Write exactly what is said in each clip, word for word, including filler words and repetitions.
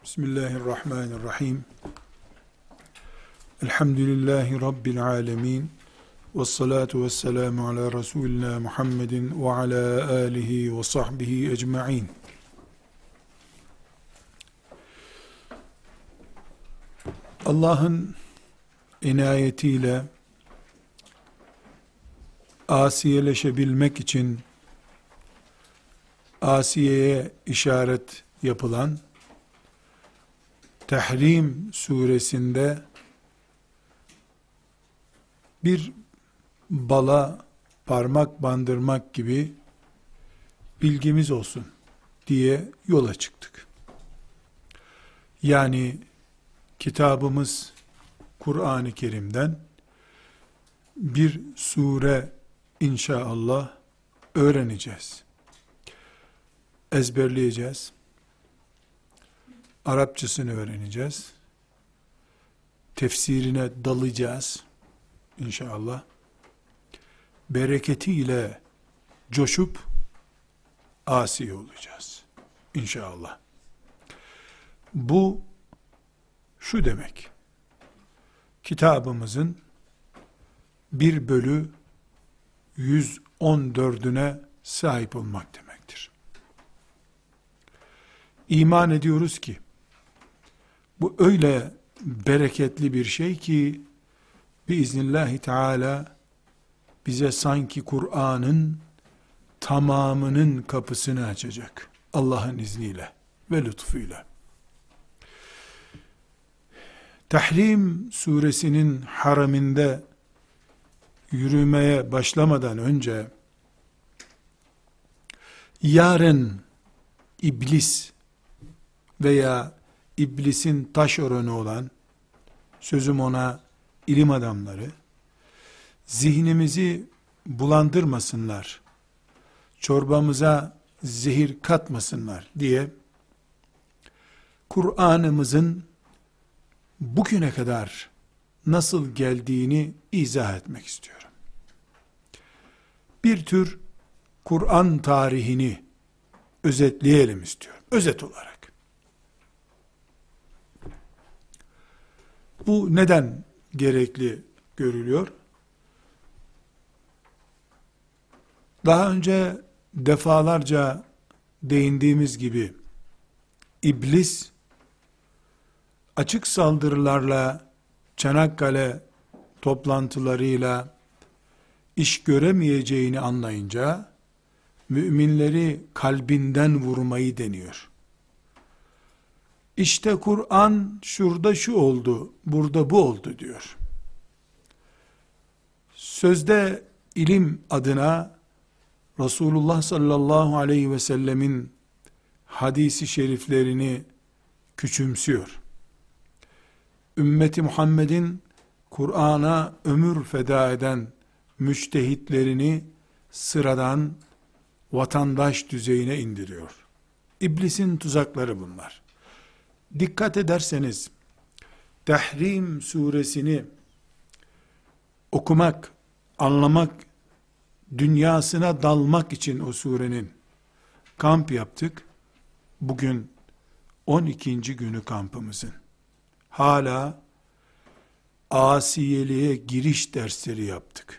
Bismillahirrahmanirrahim. Elhamdülillahi Rabbil alemin. Vessalatu vesselamu ala Resulina Muhammedin ve ala alihi ve sahbihi ecma'in. Allah'ın inayetiyle asiyeleşebilmek için Asiye'ye işaret yapılan Tahrim suresinde bir bala parmak bandırmak gibi bilgimiz olsun diye yola çıktık. Yani kitabımız Kur'an-ı Kerim'den bir sure inşallah öğreneceğiz. Ezberleyeceğiz. Arapçasını öğreneceğiz. Tefsirine dalacağız inşallah. Bereketiyle coşup asi olacağız inşallah. Bu şu demek: kitabımızın bir bölü yüz on dördüne sahip olmak demektir. İman ediyoruz ki bu öyle bereketli bir şey ki biiznillahü teala bize sanki Kur'an'ın tamamının kapısını açacak. Allah'ın izniyle ve lütfuyla. Tahrim suresinin haraminde yürümeye başlamadan önce yarın iblis veya iblisin taşeronu olan, sözüm ona ilim adamları, zihnimizi bulandırmasınlar, çorbamıza zehir katmasınlar diye Kur'an'ımızın bugüne kadar nasıl geldiğini izah etmek istiyorum. Bir tür Kur'an tarihini özetleyelim istiyorum. Özet olarak. Bu neden gerekli görülüyor? Daha önce defalarca değindiğimiz gibi iblis açık saldırılarla, Çanakkale toplantılarıyla iş göremeyeceğini anlayınca müminleri kalbinden vurmayı deniyor. İşte Kur'an şurada şu oldu, burada bu oldu diyor. Sözde ilim adına Resulullah sallallahu aleyhi ve sellemin hadisi şeriflerini küçümsüyor. Ümmeti Muhammed'in Kur'an'a ömür feda eden müçtehitlerini sıradan vatandaş düzeyine indiriyor. İblisin tuzakları bunlar. Dikkat ederseniz Tahrim suresini okumak, anlamak, dünyasına dalmak için o surenin kamp yaptık. Bugün on ikinci günü kampımızın. Hala asiyeliğe giriş dersleri yaptık.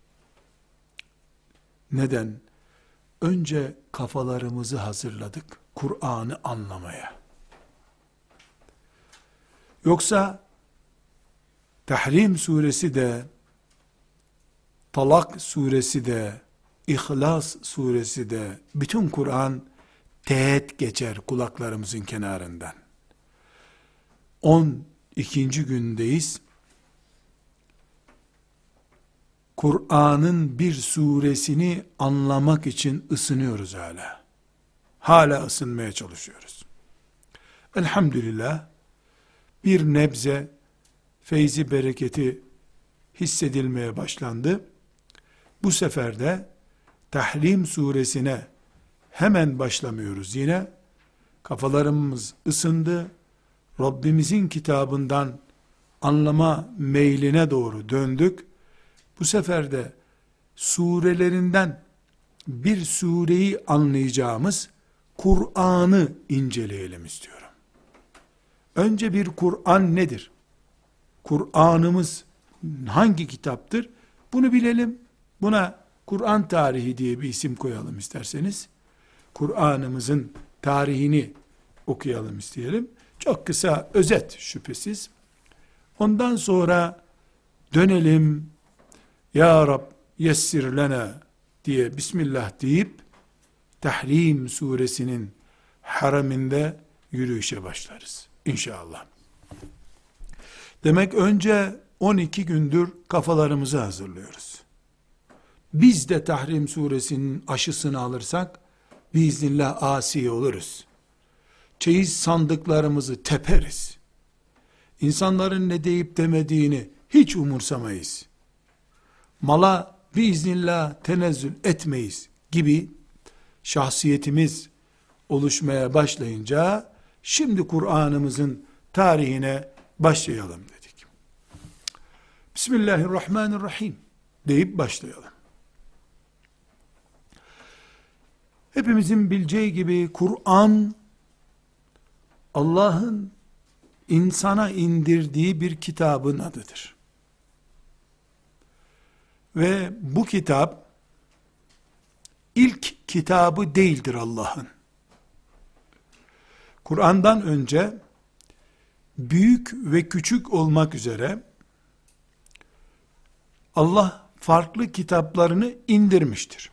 Neden? Önce kafalarımızı hazırladık Kur'an'ı anlamaya. Yoksa Tahrim suresi de, Talak suresi de, İhlas suresi de, bütün Kur'an teğet geçer kulaklarımızın kenarından. on ikinci gündeyiz. Kur'an'ın bir suresini anlamak için ısınıyoruz hala. Hala ısınmaya çalışıyoruz. Elhamdülillah bir nebze feyzi bereketi hissedilmeye başlandı. Bu sefer de Tahrim suresine hemen başlamıyoruz yine. Kafalarımız ısındı. Rabbimizin kitabından anlama meyline doğru döndük. Bu sefer de surelerinden bir sureyi anlayacağımız Kur'an'ı inceleyelim istiyorum. Önce bir Kur'an nedir? Kur'an'ımız hangi kitaptır? Bunu bilelim. Buna Kur'an tarihi diye bir isim koyalım isterseniz. Kur'an'ımızın tarihini okuyalım isteyelim. Çok kısa, özet şüphesiz. Ondan sonra dönelim, Ya Rab yessir lena diye Bismillah deyip Tahrim suresinin haraminde yürüyüşe başlarız İnşallah. Demek önce on iki gündür kafalarımızı hazırlıyoruz. Biz de Tahrim suresinin aşısını alırsak biiznillah asi oluruz. Çeyiz sandıklarımızı teperiz. İnsanların ne deyip demediğini hiç umursamayız. Mala biiznillah tenezzül etmeyiz gibi şahsiyetimiz oluşmaya başlayınca şimdi Kur'an'ımızın tarihine başlayalım dedik. Bismillahirrahmanirrahim deyip başlayalım. Hepimizin bileceği gibi Kur'an Allah'ın insana indirdiği bir kitabın adıdır. Ve bu kitap ilk kitabı değildir Allah'ın. Kur'an'dan önce büyük ve küçük olmak üzere Allah farklı kitaplarını indirmiştir.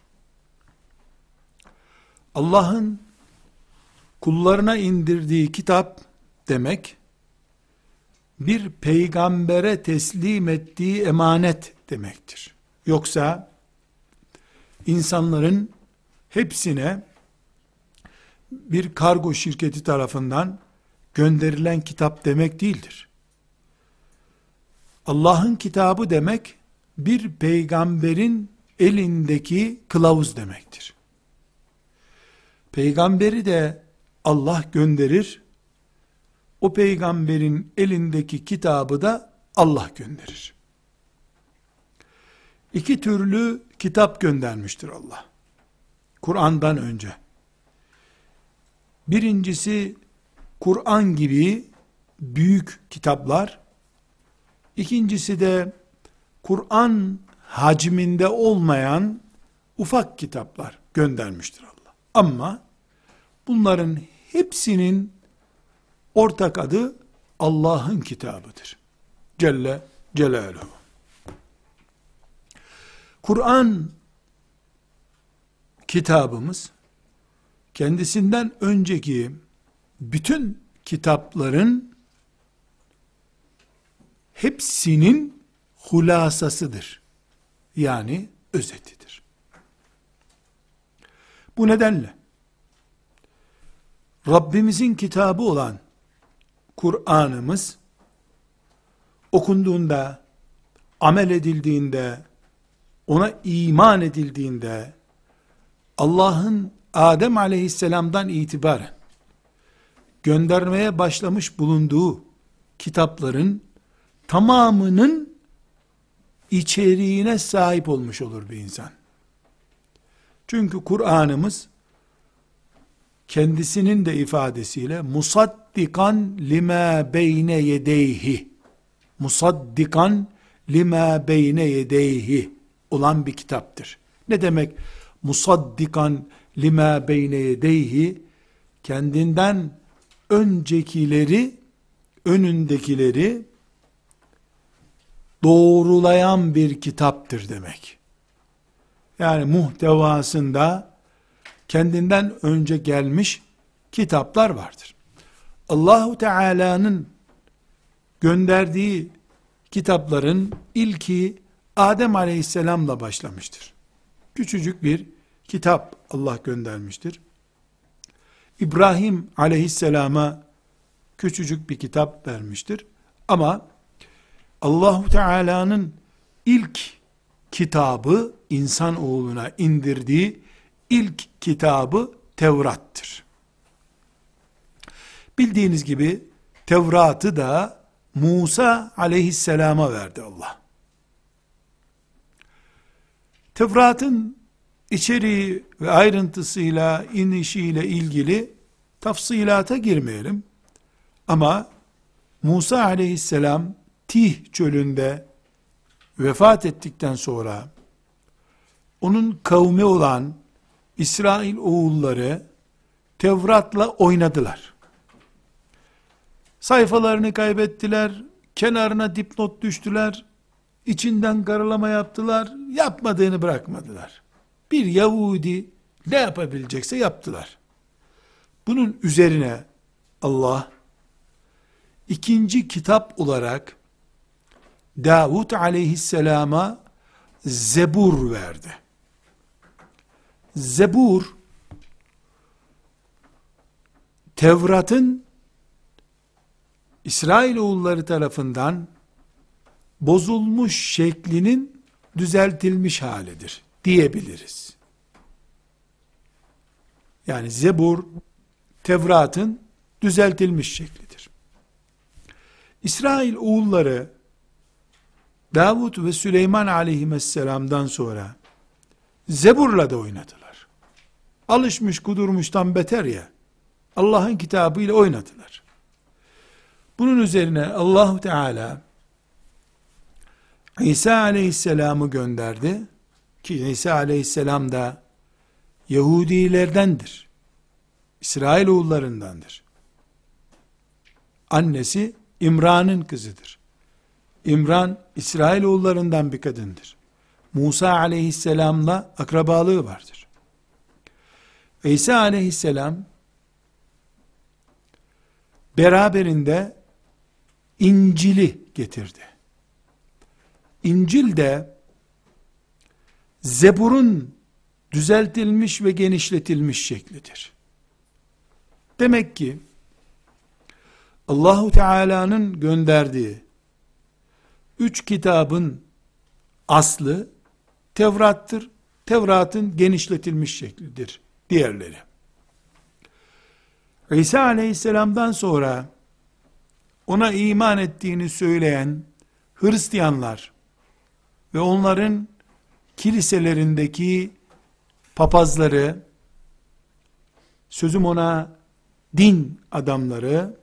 Allah'ın kullarına indirdiği kitap demek, bir peygambere teslim ettiği emanet demektir. Yoksa insanların hepsine bir kargo şirketi tarafından gönderilen kitap demek değildir. Allah'ın kitabı demek, bir peygamberin elindeki kılavuz demektir. Peygamberi de Allah gönderir, o peygamberin elindeki kitabı da Allah gönderir. İki türlü kitap göndermiştir Allah, Kur'an'dan önce. Birincisi, Kur'an gibi büyük kitaplar, ikincisi de Kur'an hacminde olmayan ufak kitaplar göndermiştir Allah. Ama bunların hepsinin ortak adı Allah'ın kitabıdır. Celle Celaluhu. Kur'an kitabımız, kendisinden önceki bütün kitapların hepsinin hulasasıdır. Yani özetidir. Bu nedenle Rabbimizin kitabı olan Kur'an'ımız okunduğunda, amel edildiğinde, ona iman edildiğinde, Allah'ın Adem aleyhisselamdan itibaren göndermeye başlamış bulunduğu kitapların tamamının içeriğine sahip olmuş olur bir insan. Çünkü Kur'an'ımız kendisinin de ifadesiyle musaddikan lima beyne yedeyhi, musaddikan lima beyne yedeyhi olan bir kitaptır. Ne demek musaddikan lima beyne yedeyhi? Kendinden öncekileri, önündekileri doğrulayan bir kitaptır demek. Yani muhtevasında kendinden önce gelmiş kitaplar vardır. Allahu Teala'nın gönderdiği kitapların ilki Adem Aleyhisselam'la başlamıştır. Küçücük bir kitap Allah göndermiştir. İbrahim Aleyhisselam'a küçücük bir kitap vermiştir. Ama Allahu Teala'nın ilk kitabı, insan oğluna indirdiği ilk kitabı Tevrat'tır. Bildiğiniz gibi Tevrat'ı da Musa aleyhisselama verdi Allah. Tevrat'ın içeriği ve ayrıntısıyla, inişiyle ilgili tafsilata girmeyelim. Ama Musa aleyhisselam Tih çölünde vefat ettikten sonra onun kavmi olan İsrail oğulları Tevrat'la oynadılar. Sayfalarını kaybettiler, kenarına dipnot düştüler, içinden karalama yaptılar, yapmadığını bırakmadılar. Bir Yahudi ne yapabilecekse yaptılar. Bunun üzerine Allah ikinci kitap olarak Davud aleyhisselama Zebur verdi. Zebur, Tevrat'ın İsrailoğulları tarafından bozulmuş şeklinin düzeltilmiş halidir diyebiliriz. Yani Zebur, Tevrat'ın düzeltilmiş şeklidir. İsrailoğulları Davud ve Süleyman aleyhisselam'dan sonra Zebur'la da oynadılar. Alışmış kudurmuştan beter ya, Allah'ın kitabıyla oynadılar. Bunun üzerine Allahu Teala İsa aleyhisselamı gönderdi ki İsa aleyhisselam da Yahudilerdendir. İsrailoğullarındandır. Annesi İmran'ın kızıdır. İmran İsrailoğullarından bir kadındır. Musa aleyhisselamla akrabalığı vardır. İsa aleyhisselam beraberinde İncil'i getirdi. İncil de Zebur'un düzeltilmiş ve genişletilmiş şeklidir. Demek ki Allahu Teala'nın gönderdiği üç kitabın aslı Tevrat'tır. Tevrat'ın genişletilmiş şeklidir diğerleri. İsa aleyhisselamdan sonra ona iman ettiğini söyleyen Hristiyanlar ve onların kiliselerindeki papazları, sözüm ona din adamları,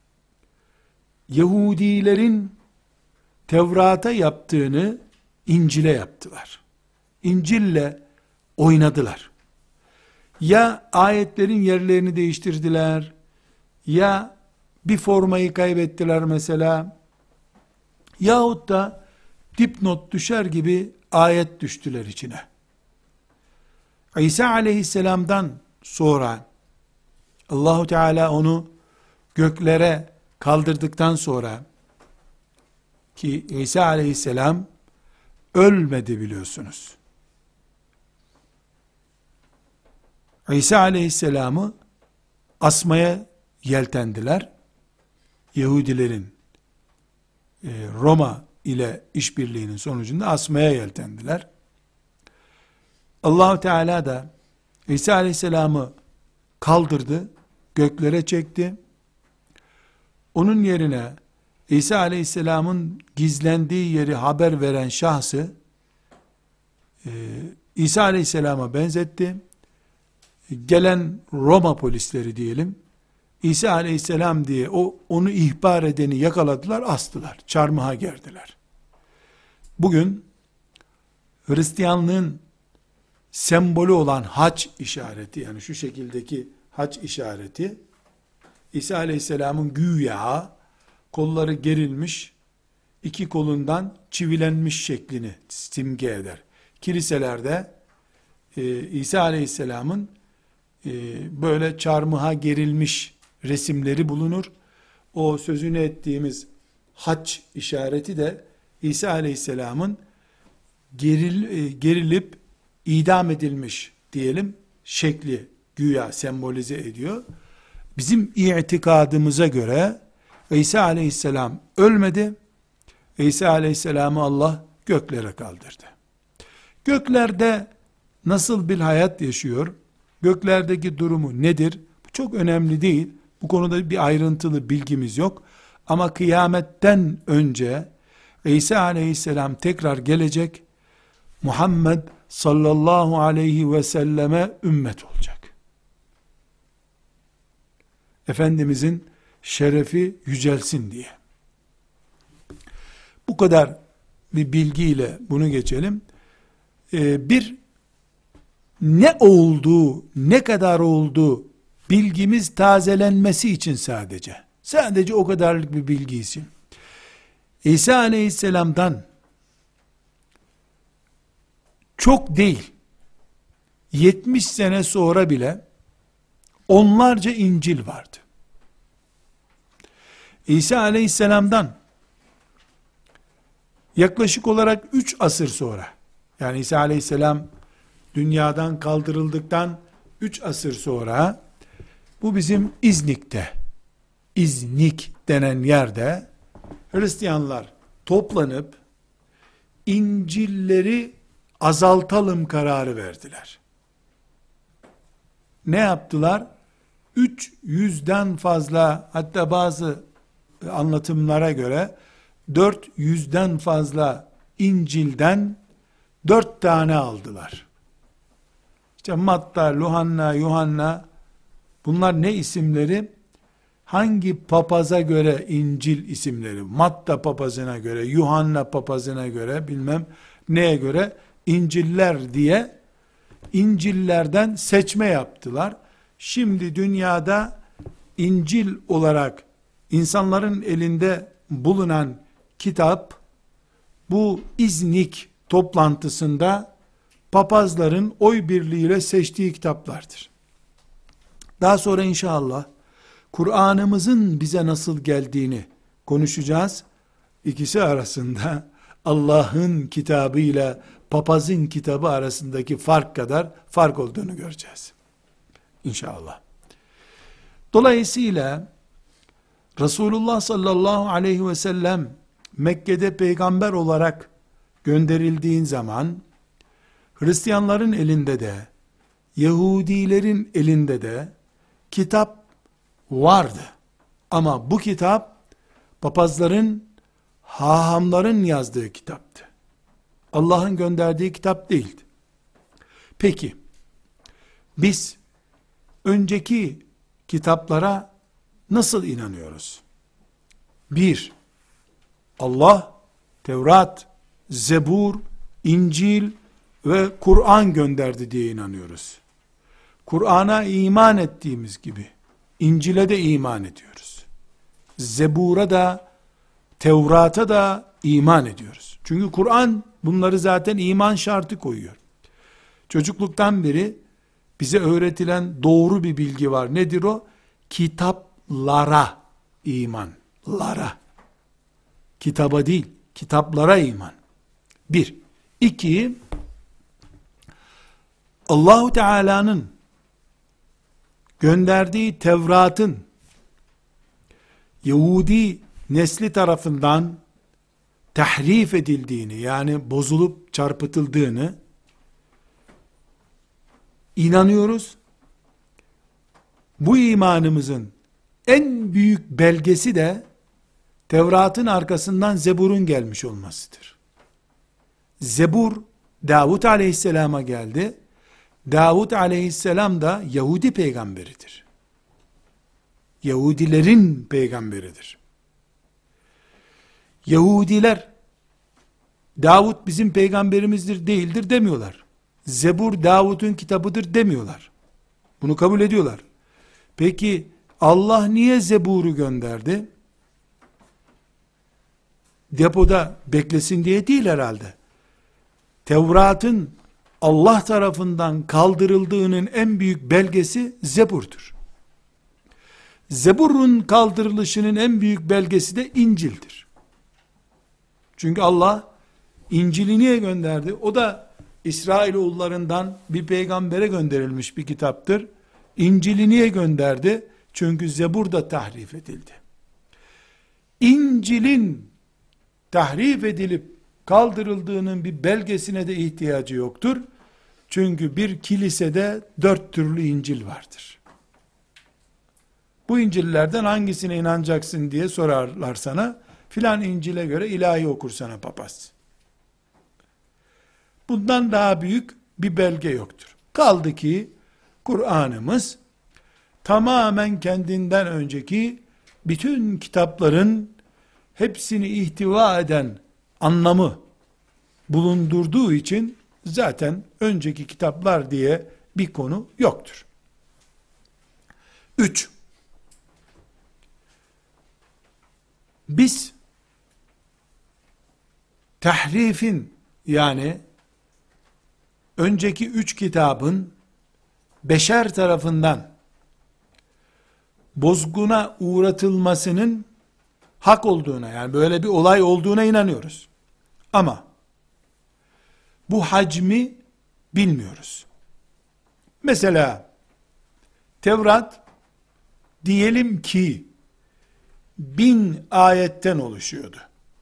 Yahudilerin Tevrat'a yaptığını İncil'e yaptılar. İncil'le oynadılar. Ya ayetlerin yerlerini değiştirdiler, ya bir formayı kaybettiler mesela, yahut da dipnot düşer gibi ayet düştüler içine. İsa aleyhisselamdan sonra Allahu Teala onu göklere kaldırdıktan sonra, ki İsa aleyhisselam ölmedi biliyorsunuz. İsa aleyhisselamı asmaya yeltendiler. Yahudilerin e, Roma ile işbirliğinin sonucunda asmaya yeltendiler. Allah-u Teala da İsa aleyhisselamı kaldırdı, göklere çekti. Onun yerine İsa aleyhisselamın gizlendiği yeri haber veren şahsı e, İsa aleyhisselama benzetti. Gelen Roma polisleri diyelim, İsa aleyhisselam diye o onu ihbar edeni yakaladılar, astılar, çarmıha gerdiler. Bugün Hristiyanlığın sembolü olan haç işareti, yani şu şekildeki haç işareti, İsa aleyhisselamın güya kolları gerilmiş, iki kolundan çivilenmiş şeklini simge eder. Kiliselerde e, İsa aleyhisselamın e, böyle çarmıha gerilmiş resimleri bulunur. O sözünü ettiğimiz haç işareti de İsa aleyhisselamın geril, e, gerilip idam edilmiş diyelim şekli güya sembolize ediyor. Bizim itikadımıza göre İsa aleyhisselam ölmedi. İsa aleyhisselamı Allah göklere kaldırdı. Göklerde nasıl bir hayat yaşıyor? Göklerdeki durumu nedir? Bu çok önemli değil. Bu konuda bir ayrıntılı bilgimiz yok. Ama kıyametten önce İsa aleyhisselam tekrar gelecek. Muhammed sallallahu aleyhi ve selleme ümmet olacak. Efendimizin şerefi yücelsin diye. bu kadar bir bilgiyle bunu geçelim. Ee, bir, ne olduğu, ne kadar olduğu bilgimiz tazelenmesi için sadece. Sadece o kadarlık bir bilgi için. İsa aleyhisselamdan çok değil, yetmiş sene sonra bile onlarca İncil vardı. İsa aleyhisselamdan yaklaşık olarak üç asır sonra, yani İsa aleyhisselam dünyadan kaldırıldıktan üç asır sonra, bu bizim İznik'te, İznik denen yerde Hristiyanlar toplanıp İncil'leri azaltalım kararı verdiler. Ne yaptılar? üç yüzden fazla, hatta bazı anlatımlara göre dört yüzden fazla İncil'den dört tane aldılar. İşte Matta, Luhanna, Yuhanna, bunlar ne isimleri? Hangi papaza göre İncil isimleri? Matta papazına göre, Yuhanna papazına göre, bilmem neye göre İnciller diye İncillerden seçme yaptılar. Şimdi dünyada İncil olarak insanların elinde bulunan kitap, bu İznik toplantısında papazların oy birliğiyle seçtiği kitaplardır. Daha sonra inşallah Kur'an'ımızın bize nasıl geldiğini konuşacağız. İkisi arasında Allah'ın kitabı ile papazın kitabı arasındaki fark kadar fark olduğunu göreceğiz. İnşallah. Dolayısıyla Resulullah sallallahu aleyhi ve sellem Mekke'de peygamber olarak gönderildiğin zaman Hristiyanların elinde de Yahudilerin elinde de kitap vardı. Ama bu kitap papazların, hahamların yazdığı kitaptı. Allah'ın gönderdiği kitap değildi. Peki biz önceki kitaplara nasıl inanıyoruz? Bir, Allah Tevrat, Zebur, İncil ve Kur'an gönderdi diye inanıyoruz. Kur'an'a iman ettiğimiz gibi İncil'e de iman ediyoruz. Zebur'a da, Tevrat'a da iman ediyoruz. Çünkü Kur'an bunları zaten iman şartı koyuyor. Çocukluktan beri bize öğretilen doğru bir bilgi var. Nedir o? Kitaplara iman. Lara. Kitaba değil, kitaplara iman. Bir. İki, Allahu Teala'nın gönderdiği Tevrat'ın Yahudi nesli tarafından tahrif edildiğini, yani bozulup çarpıtıldığını inanıyoruz. Bu imanımızın en büyük belgesi de Tevrat'ın arkasından Zebur'un gelmiş olmasıdır. Zebur Davud aleyhisselama geldi. Davud aleyhisselam da Yahudi peygamberidir. Yahudilerin peygamberidir. Yahudiler Davud bizim peygamberimizdir, değildir demiyorlar. Zebur Davud'un kitabıdır demiyorlar. Bunu kabul ediyorlar. Peki Allah niye Zebur'u gönderdi? Depoda beklesin diye değil herhalde. Tevrat'ın Allah tarafından kaldırıldığının en büyük belgesi Zebur'dur. Zebur'un kaldırılışının en büyük belgesi de İncil'dir. Çünkü Allah İncil'i niye gönderdi? O da İsrailoğullarından bir peygambere gönderilmiş bir kitaptır. İncil'i niye gönderdi? Çünkü Zebur da tahrif edildi. İncil'in tahrif edilip kaldırıldığının bir belgesine de ihtiyacı yoktur. Çünkü bir kilisede dört türlü İncil vardır. Bu İncil'lerden hangisine inanacaksın diye sorarlar sana. Filan İncil'e göre ilahi okur sana papaz. Bundan daha büyük bir belge yoktur. Kaldı ki Kur'an'ımız tamamen kendinden önceki bütün kitapların hepsini ihtiva eden anlamı bulundurduğu için zaten önceki kitaplar diye bir konu yoktur. Üç, biz tahrifin, yani önceki üç kitabın beşer tarafından bozguna uğratılmasının hak olduğuna, yani böyle bir olay olduğuna inanıyoruz. Ama bu hacmi bilmiyoruz. Mesela Tevrat diyelim ki bin ayetten oluşuyordu.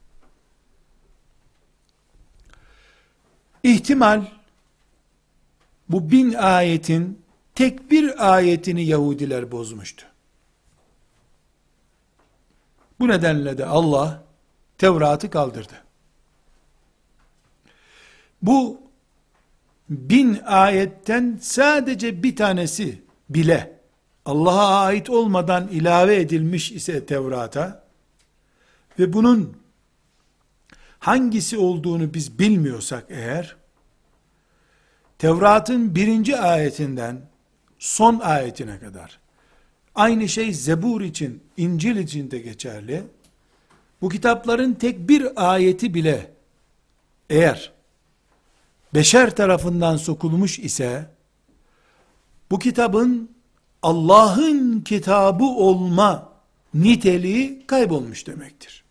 İhtimal bu bin ayetin tek bir ayetini Yahudiler bozmuştu. Bu nedenle de Allah Tevrat'ı kaldırdı. Bu bin ayetten sadece bir tanesi bile Allah'a ait olmadan ilave edilmiş ise Tevrat'a ve bunun hangisi olduğunu biz bilmiyorsak eğer, Tevrat'ın birinci ayetinden son ayetine kadar, aynı şey Zebur için, İncil için de geçerli. Bu kitapların tek bir ayeti bile eğer beşer tarafından sokulmuş ise, bu kitabın Allah'ın kitabı olma niteliği kaybolmuş demektir.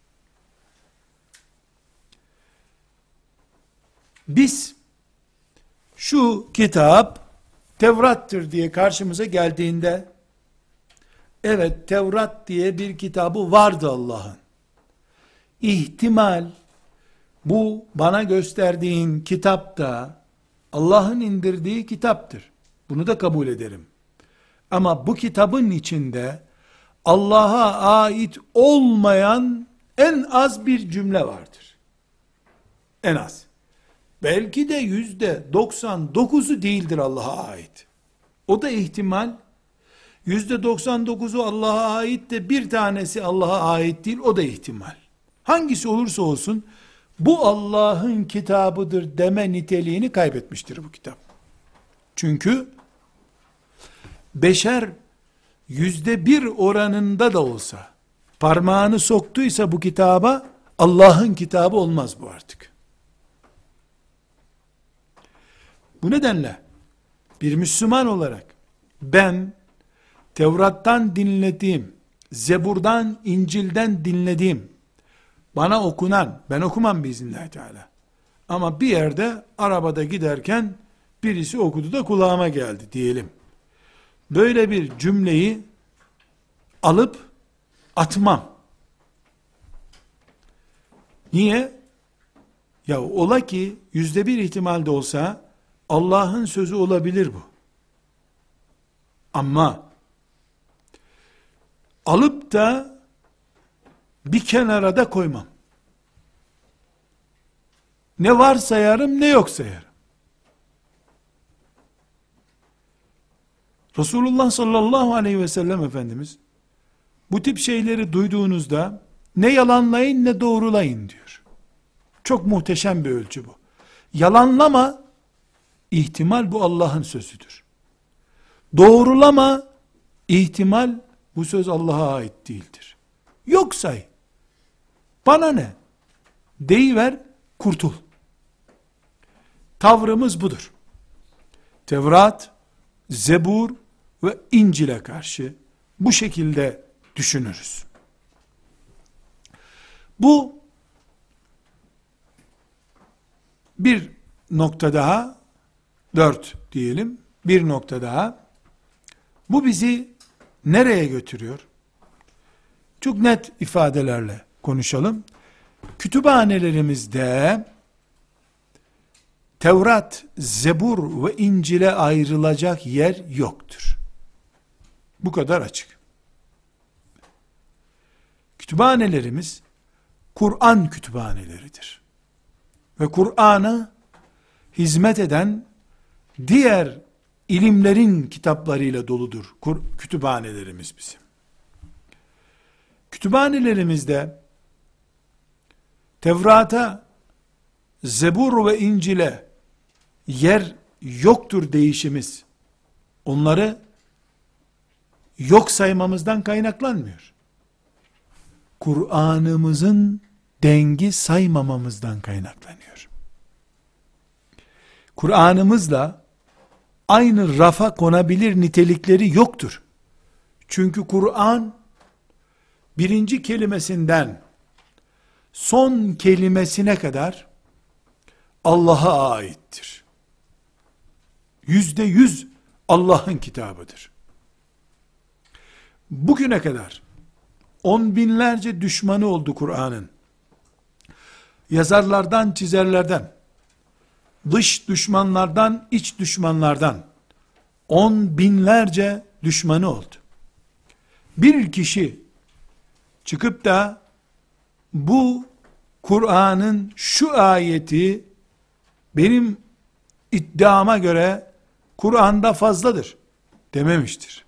Biz şu kitap Tevrat'tır diye karşımıza geldiğinde, evet Tevrat diye bir kitabı vardı Allah'ın. İhtimal bu bana gösterdiğin kitap da Allah'ın indirdiği kitaptır. Bunu da kabul ederim. Ama bu kitabın içinde Allah'a ait olmayan en az bir cümle vardır. En az. Belki de yüzde doksan dokuzu değildir Allah'a ait. O da ihtimal. Yüzde doksan dokuzu Allah'a ait de bir tanesi Allah'a ait değil, o da ihtimal. Hangisi olursa olsun bu Allah'ın kitabıdır deme niteliğini kaybetmiştir bu kitap. Çünkü beşer yüzde bir oranında da olsa parmağını soktuysa bu kitaba, Allah'ın kitabı olmaz bu artık. Bu nedenle bir Müslüman olarak ben Tevrat'tan dinlediğim, Zebur'dan, İncil'den dinlediğim, bana okunan, ben okumam biiznillahü teala, ama bir yerde arabada giderken birisi okudu da kulağıma geldi diyelim. Böyle bir cümleyi alıp atmam. Niye? Ya ola ki yüzde bir ihtimalde olsa Allah'ın sözü olabilir bu. Ama alıp da bir kenara da koymam. Ne var sayarım, ne yok sayarım. Resulullah sallallahu aleyhi ve sellem Efendimiz bu tip şeyleri duyduğunuzda ne yalanlayın ne doğrulayın diyor. Çok muhteşem bir ölçü bu. Yalanlama, ihtimal bu Allah'ın sözüdür. Doğrulama, ihtimal bu söz Allah'a ait değildir. Yok say. Bana ne? Deyiver, kurtul. Tavrımız budur. Tevrat, Zebur ve İncil'e karşı bu şekilde düşünürüz. Bu bir nokta daha, dört diyelim, bir nokta daha. Bu bizi nereye götürüyor? Çok net ifadelerle konuşalım. Kütüphanelerimizde Tevrat, Zebur ve İncil'e ayrılacak yer yoktur. Bu kadar açık. Kütüphanelerimiz Kur'an kütüphaneleridir. Ve Kur'an'a hizmet eden diğer ilimlerin kitaplarıyla doludur kütüphanelerimiz bizim. Kütüphanelerimizde Tevrat'a Zebur ve İncil'e yer yoktur deyişimiz, onları yok saymamızdan kaynaklanmıyor. Kur'an'ımızın dengi saymamamızdan kaynaklanıyor. Kur'an'ımızla aynı rafa konabilir nitelikleri yoktur. Çünkü Kur'an birinci kelimesinden son kelimesine kadar Allah'a aittir. Yüzde yüz Allah'ın kitabıdır. Bugüne kadar on binlerce düşmanı oldu Kur'an'ın. Yazarlardan, çizerlerden, dış düşmanlardan, iç düşmanlardan on binlerce düşmanı oldu. Bir kişi çıkıp da bu Kur'an'ın şu ayeti benim iddiama göre Kur'an'da fazladır dememiştir.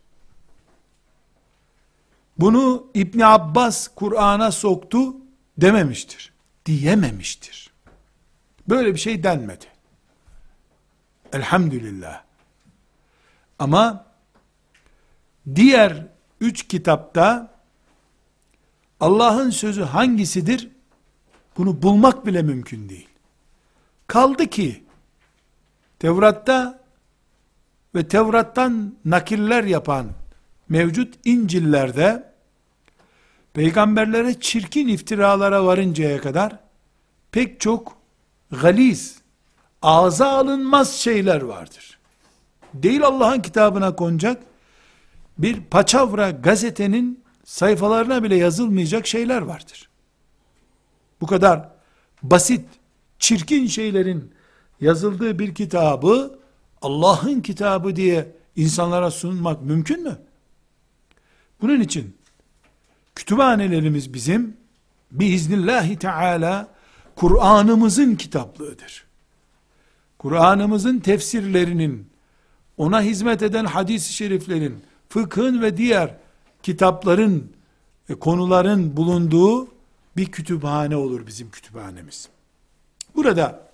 Bunu İbn Abbas Kur'an'a soktu dememiştir. Diyememiştir. Böyle bir şey denmedi. Elhamdülillah. Ama diğer üç kitapta Allah'ın sözü hangisidir? Bunu bulmak bile mümkün değil. Kaldı ki Tevrat'ta ve Tevrat'tan nakiller yapan mevcut İncil'lerde peygamberlere çirkin iftiralara varıncaya kadar pek çok galiz, ağza alınmaz şeyler vardır. Değil Allah'ın kitabına konacak, bir paçavra gazetenin sayfalarına bile yazılmayacak şeyler vardır. Bu kadar basit, çirkin şeylerin yazıldığı bir kitabı Allah'ın kitabı diye insanlara sunmak mümkün mü? Bunun için kütüphanelerimiz bizim biiznillahü teala Kur'an'ımızın kitaplığıdır. Kur'an'ımızın tefsirlerinin, ona hizmet eden hadis-i şeriflerin, fıkhın ve diğer kitapların, konuların bulunduğu bir kütüphane olur bizim kütüphanemiz. Burada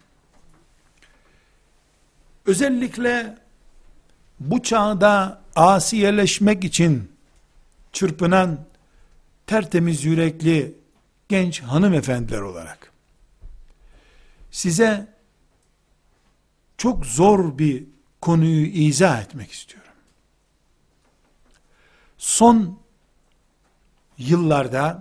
özellikle bu çağda asiyeleşmek için çırpınan tertemiz yürekli genç hanımefendiler olarak size çok zor bir konuyu izah etmek istiyorum. Son yıllarda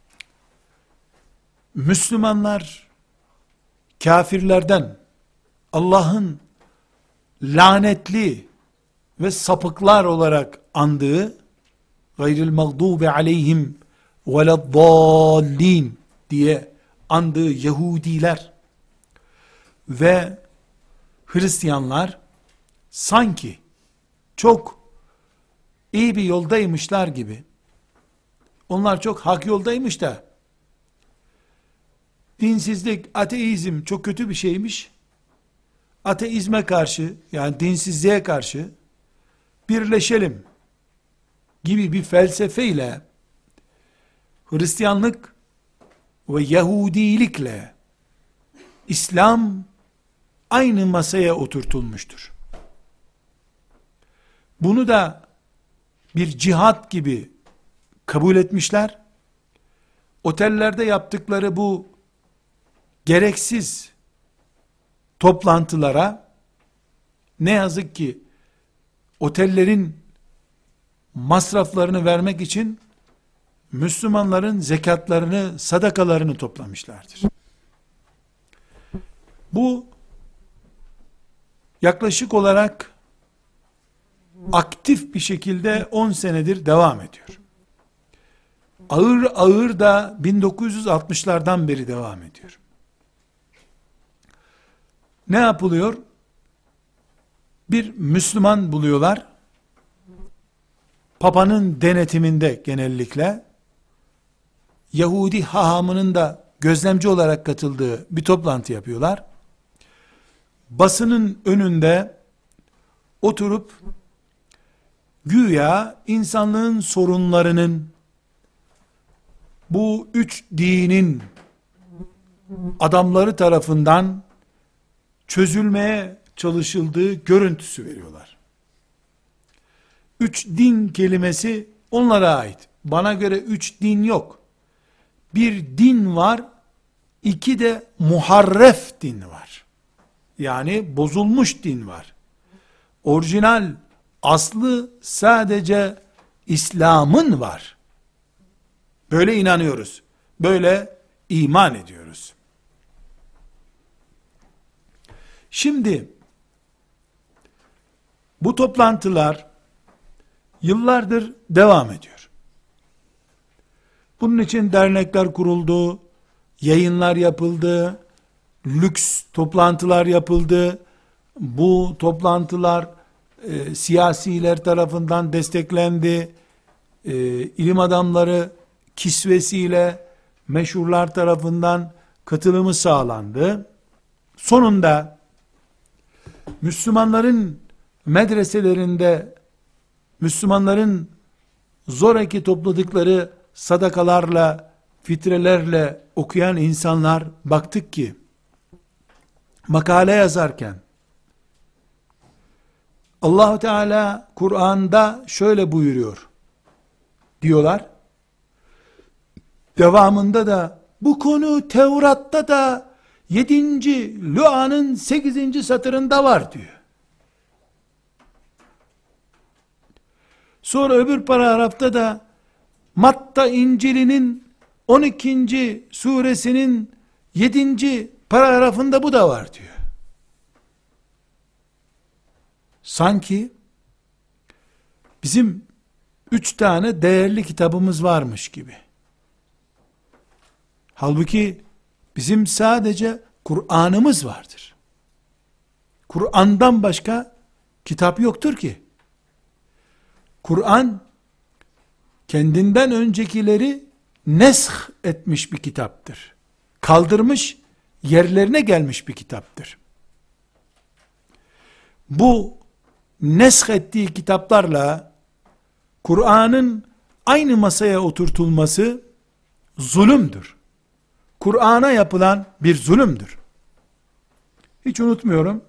Müslümanlar kafirlerden Allah'ın lanetli ve sapıklar olarak andığı gayril mağdubi aleyhim veleddallin diye andığı Yahudiler ve Hristiyanlar sanki çok iyi bir yoldaymışlar gibi, onlar çok hak yoldaymış da dinsizlik, ateizm çok kötü bir şeymiş, ateizme karşı, yani dinsizliğe karşı birleşelim gibi bir felsefeyle Hristiyanlık ve Yahudilikle İslam aynı masaya oturtulmuştur. Bunu da bir cihat gibi kabul etmişler. Otellerde yaptıkları bu gereksiz toplantılara ne yazık ki otellerin masraflarını vermek için Müslümanların zekatlarını, sadakalarını toplamışlardır. Bu yaklaşık olarak aktif bir şekilde on senedir devam ediyor. Ağır ağır da bin dokuz yüz altmışlardan beri devam ediyor. Ne yapılıyor? Bir Müslüman buluyorlar. Papanın denetiminde genellikle Yahudi hahamının da gözlemci olarak katıldığı bir toplantı yapıyorlar. Basının önünde oturup güya insanlığın sorunlarının bu üç dinin adamları tarafından çözülmeye çalışıldığı görüntüsü veriyorlar. Üç din kelimesi onlara ait. Bana göre üç din yok. Bir din var, iki de muharref din var. Yani bozulmuş din var. Orijinal, aslı sadece İslam'ın var. Böyle inanıyoruz. Böyle iman ediyoruz. Şimdi bu toplantılar yıllardır devam ediyor. Bunun için dernekler kuruldu, yayınlar yapıldı, lüks toplantılar yapıldı. Bu toplantılar e, siyasiler tarafından desteklendi. E, ilim adamları kisvesiyle meşhurlar tarafından katılımı sağlandı. Sonunda Müslümanların medreselerinde Müslümanların zoraki topladıkları sadakalarla, fitrelerle okuyan insanlar baktık ki makale yazarken Allah-u Teala Kur'an'da şöyle buyuruyor diyorlar. Devamında da bu konu Tevrat'ta da yedinci Lu'anın sekizinci satırında var diyor. Sonra öbür paragrafta da Matta İncil'inin on ikinci suresinin yedinci paragrafında bu da var diyor. Sanki bizim üç tane değerli kitabımız varmış gibi. Halbuki bizim sadece Kur'an'ımız vardır. Kur'an'dan başka kitap yoktur ki. Kur'an kendinden öncekileri nesh etmiş bir kitaptır. Kaldırmış, yerlerine gelmiş bir kitaptır. Bu nesh ettiği kitaplarla Kur'an'ın aynı masaya oturtulması zulümdür. Kur'an'a yapılan bir zulümdür. Hiç unutmuyorum.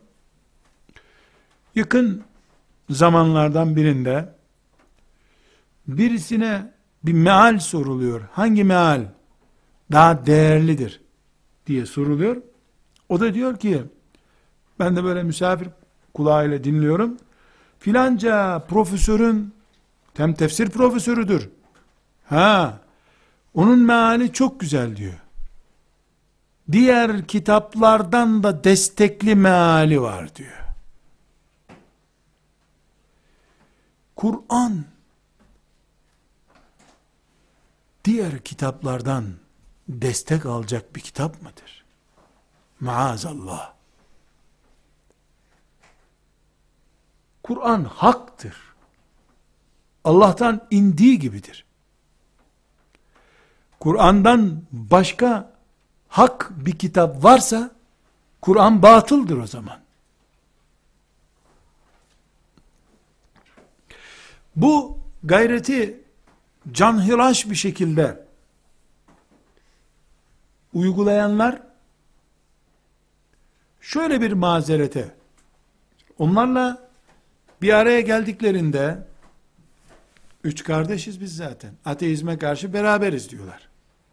Yakın zamanlardan birinde birisine bir meal soruluyor. Hangi meal daha değerlidir diye soruluyor. O da diyor ki, ben de böyle misafir kulağıyla dinliyorum. Filanca profesörün hem tefsir profesörüdür. Ha, onun meali çok güzel diyor. Diğer kitaplardan da destekli meali var diyor. Kur'an diğer kitaplardan destek alacak bir kitap mıdır? Maazallah. Kur'an haktır. Allah'tan indiği gibidir. Kur'an'dan başka hak bir kitap varsa Kur'an batıldır o zaman. Bu gayreti canhıraş bir şekilde uygulayanlar şöyle bir mazerete, onlarla bir araya geldiklerinde üç kardeşiz biz zaten, ateizme karşı beraberiz diyorlar.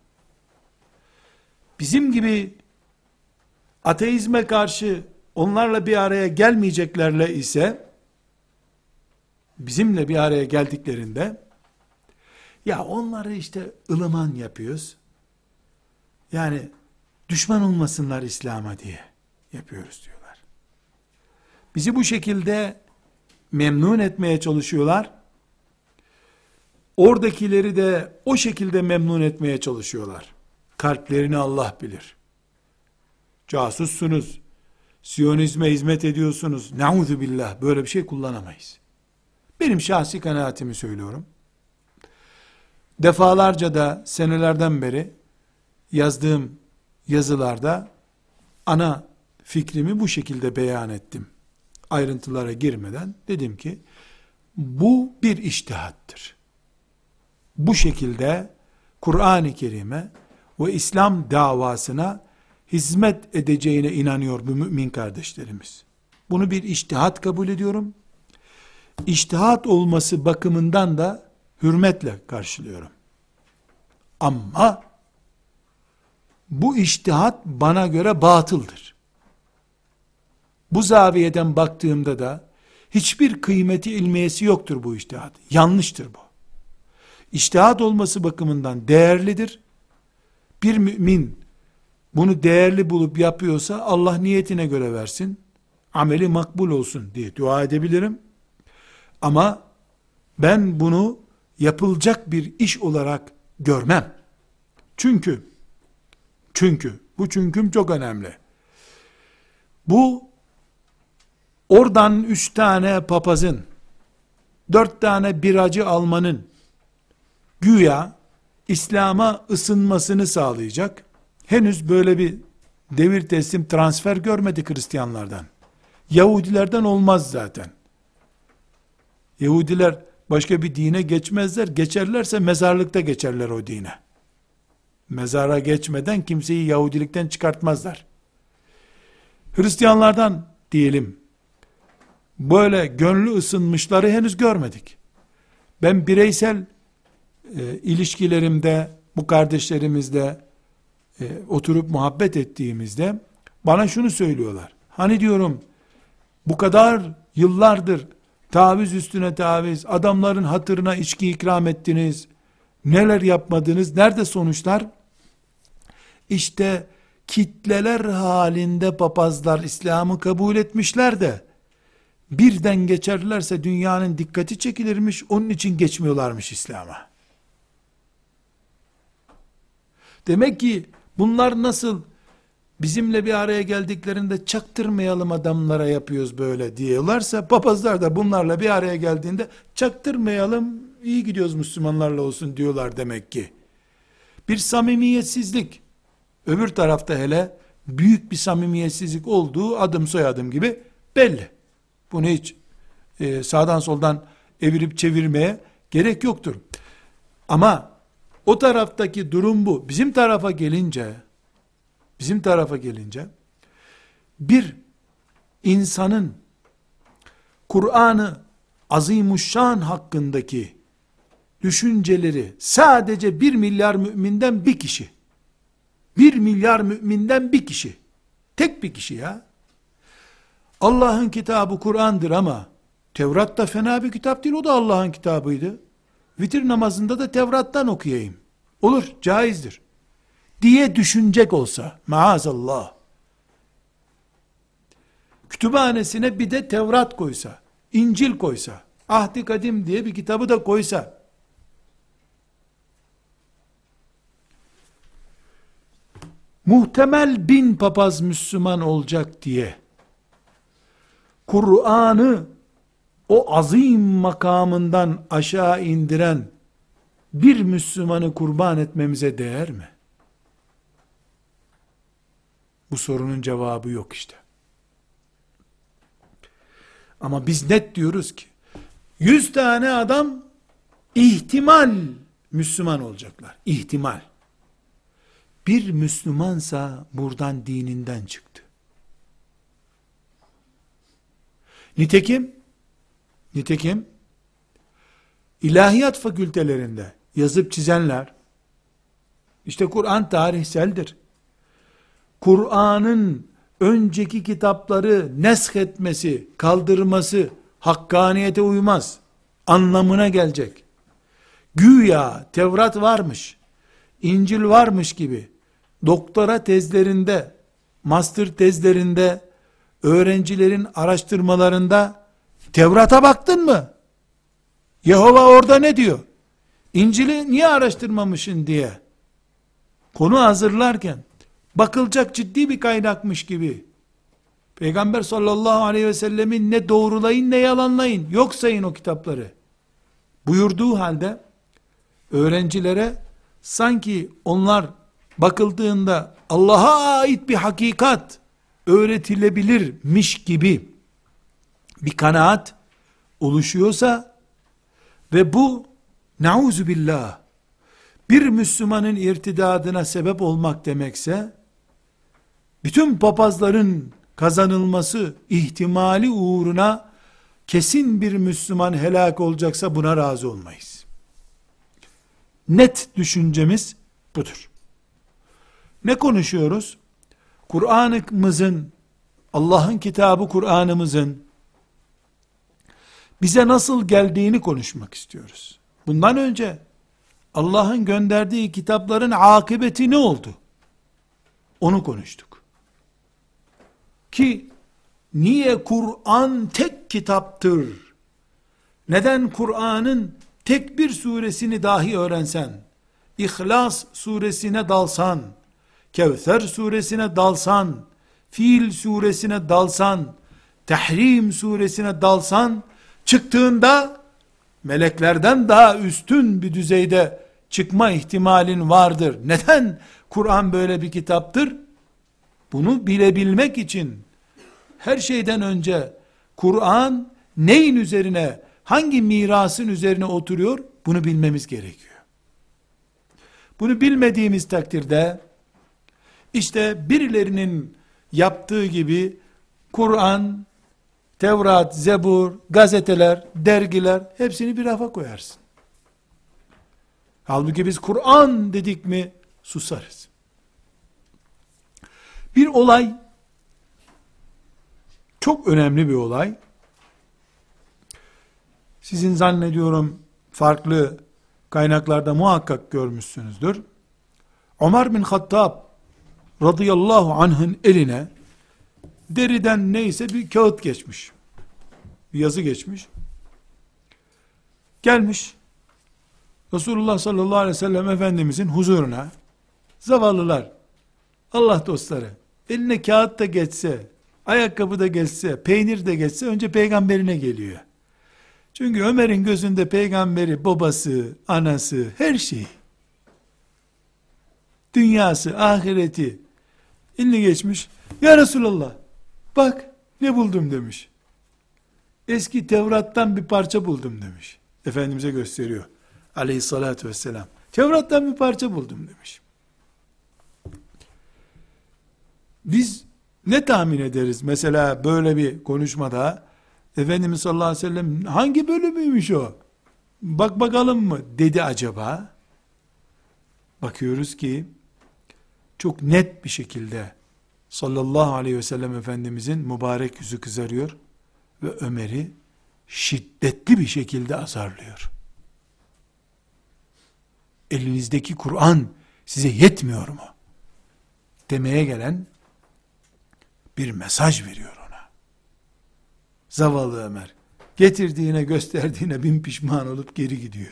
Bizim gibi ateizme karşı onlarla bir araya gelmeyeceklerle ise bizimle bir araya geldiklerinde ya onları işte ılıman yapıyoruz. Yani düşman olmasınlar İslam'a diye yapıyoruz diyorlar. Bizi bu şekilde memnun etmeye çalışıyorlar. Oradakileri de o şekilde memnun etmeye çalışıyorlar. Kalplerini Allah bilir. Casussunuz, Siyonizme hizmet ediyorsunuz. Nauzu billah, böyle bir şey kullanamayız. Benim şahsi kanaatimi söylüyorum. Defalarca da senelerden beri yazdığım yazılarda ana fikrimi bu şekilde beyan ettim. Ayrıntılara girmeden dedim ki bu bir içtihattır. Bu şekilde Kur'an-ı Kerim'e ve İslam davasına hizmet edeceğine inanıyor bu mümin kardeşlerimiz. Bunu bir içtihat kabul ediyorum. İçtihat olması bakımından da hürmetle karşılıyorum. Ama bu içtihat bana göre batıldır. Bu zaviyeden baktığımda da hiçbir kıymeti ilmiyesi yoktur bu içtihat. Yanlıştır bu. İçtihat olması bakımından değerlidir. Bir mümin bunu değerli bulup yapıyorsa Allah niyetine göre versin, ameli makbul olsun diye dua edebilirim. Ama ben bunu yapılacak bir iş olarak görmem. Çünkü, çünkü, bu çünküm çok önemli. Bu, oradan üç tane papazın, dört tane biracı almanın, güya, İslam'a ısınmasını sağlayacak, henüz böyle bir devir teslim transfer görmedi Hristiyanlardan. Yahudilerden olmaz zaten. Yahudiler başka bir dine geçmezler, geçerlerse mezarlıkta geçerler o dine. Mezara geçmeden kimseyi Yahudilikten çıkartmazlar. Hristiyanlardan diyelim, böyle gönlü ısınmışları henüz görmedik. Ben bireysel e, ilişkilerimde, bu kardeşlerimizle e, oturup muhabbet ettiğimizde, bana şunu söylüyorlar. Hani diyorum, bu kadar yıllardır taviz üstüne taviz, adamların hatırına içki ikram ettiniz, neler yapmadınız, nerede sonuçlar? İşte kitleler halinde papazlar İslam'ı kabul etmişler de, birden geçerlerse dünyanın dikkati çekilirmiş, onun için geçmiyorlarmış İslam'a. Demek ki bunlar nasıl bizimle bir araya geldiklerinde çaktırmayalım adamlara yapıyoruz böyle diyorlarsa, papazlar da bunlarla bir araya geldiğinde çaktırmayalım, iyi gidiyoruz Müslümanlarla olsun diyorlar demek ki. Bir samimiyetsizlik, öbür tarafta hele büyük bir samimiyetsizlik olduğu adım soyadım gibi belli. Bunu hiç e, sağdan soldan evirip çevirmeye gerek yoktur. Ama o taraftaki durum bu. Bizim tarafa gelince, bizim tarafa gelince, bir insanın Kur'an-ı Azimuşşan hakkındaki düşünceleri sadece bir milyar müminden bir kişi, bir milyar müminden bir kişi, tek bir kişi ya, Allah'ın kitabı Kur'an'dır ama Tevrat da fena bir kitap değil, o da Allah'ın kitabıydı. Vitir namazında da Tevrat'tan okuyayım. Olur, caizdir diye düşünecek olsa, maazallah, kütüphanesine bir de Tevrat koysa, İncil koysa, Ahd-i Kadim diye bir kitabı da koysa, muhtemel bin papaz Müslüman olacak diye, Kur'an'ı o azim makamından aşağı indiren bir Müslümanı kurban etmemize değer mi? Bu sorunun cevabı yok işte. Ama biz net diyoruz ki, yüz tane adam ihtimal Müslüman olacaklar. İhtimal. Bir Müslümansa buradan dininden çıktı. Nitekim, nitekim, ilahiyat fakültelerinde yazıp çizenler, işte Kur'an tarihseldir, Kur'an'ın önceki kitapları nesk etmesi, kaldırması, hakkaniyete uymaz, anlamına gelecek. Güya Tevrat varmış, İncil varmış gibi, doktora tezlerinde, master tezlerinde, öğrencilerin araştırmalarında, Tevrat'a baktın mı? Yehova orada ne diyor? İncil'i niye araştırmamışsın diye, konu hazırlarken, bakılacak ciddi bir kaynakmış gibi, Peygamber sallallahu aleyhi ve sellemin ne doğrulayın ne yalanlayın, yok sayın o kitapları, buyurduğu halde, öğrencilere, sanki onlar bakıldığında, Allah'a ait bir hakikat, öğretilebilirmiş gibi, bir kanaat oluşuyorsa, ve bu, nauzu billah, bir Müslümanın irtidadına sebep olmak demekse, bütün papazların kazanılması ihtimali uğruna kesin bir Müslüman helak olacaksa buna razı olmayız. Net düşüncemiz budur. Ne konuşuyoruz? Kur'an'ımızın, Allah'ın kitabı Kur'an'ımızın bize nasıl geldiğini konuşmak istiyoruz. Bundan önce Allah'ın gönderdiği kitapların akıbeti ne oldu? Onu konuştuk. Ki niye Kur'an tek kitaptır? Neden Kur'an'ın tek bir suresini dahi öğrensen, İhlas suresine dalsan, Kevser suresine dalsan, Fil suresine dalsan, Tahrim suresine dalsan, çıktığında meleklerden daha üstün bir düzeyde çıkma ihtimalin vardır. Neden Kur'an böyle bir kitaptır? Bunu bilebilmek için her şeyden önce Kur'an neyin üzerine, hangi mirasın üzerine oturuyor? Bunu bilmemiz gerekiyor. Bunu bilmediğimiz takdirde işte birilerinin yaptığı gibi Kur'an, Tevrat, Zebur, gazeteler, dergiler hepsini bir rafa koyarsın. Halbuki biz Kur'an dedik mi susarız. Bir olay, çok önemli bir olay. Sizin zannediyorum farklı kaynaklarda muhakkak görmüşsünüzdür. Ömer bin Hattab radıyallahu anh'ın eline deriden neyse bir kağıt geçmiş. Bir yazı geçmiş. Gelmiş. Resulullah sallallahu aleyhi ve sellem Efendimizin huzuruna zavallılar, Allah dostları, eline kağıt da geçse, ayakkabı da geçse, peynir de geçse önce peygamberine geliyor. Çünkü Ömer'in gözünde peygamberi, babası, anası, her şeyi, dünyası, ahireti, elini geçmiş. Ya Resulallah, bak ne buldum demiş. Eski Tevrat'tan bir parça buldum demiş. Efendimiz'e gösteriyor. Aleyhissalatü vesselam. Tevrat'tan bir parça buldum demiş. Biz ne tahmin ederiz? Mesela böyle bir konuşmada Efendimiz sallallahu aleyhi ve sellem hangi bölümüymüş o? Bak bakalım mı dedi acaba? Bakıyoruz ki çok net bir şekilde sallallahu aleyhi ve sellem Efendimizin mübarek yüzü kızarıyor ve Ömer'i şiddetli bir şekilde azarlıyor. Elinizdeki Kur'an size yetmiyor mu? Demeye gelen bir mesaj veriyor ona. Zavallı Ömer getirdiğine gösterdiğine bin pişman olup geri gidiyor.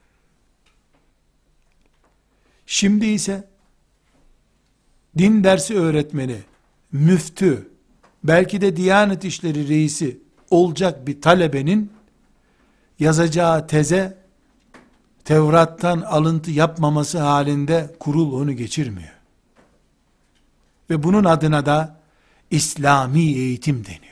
Şimdi ise din dersi öğretmeni, müftü, belki de Diyanet İşleri reisi olacak bir talebenin yazacağı teze Tevrat'tan alıntı yapmaması halinde kurul onu geçirmiyor. Ve bunun adına da İslami eğitim deniyor.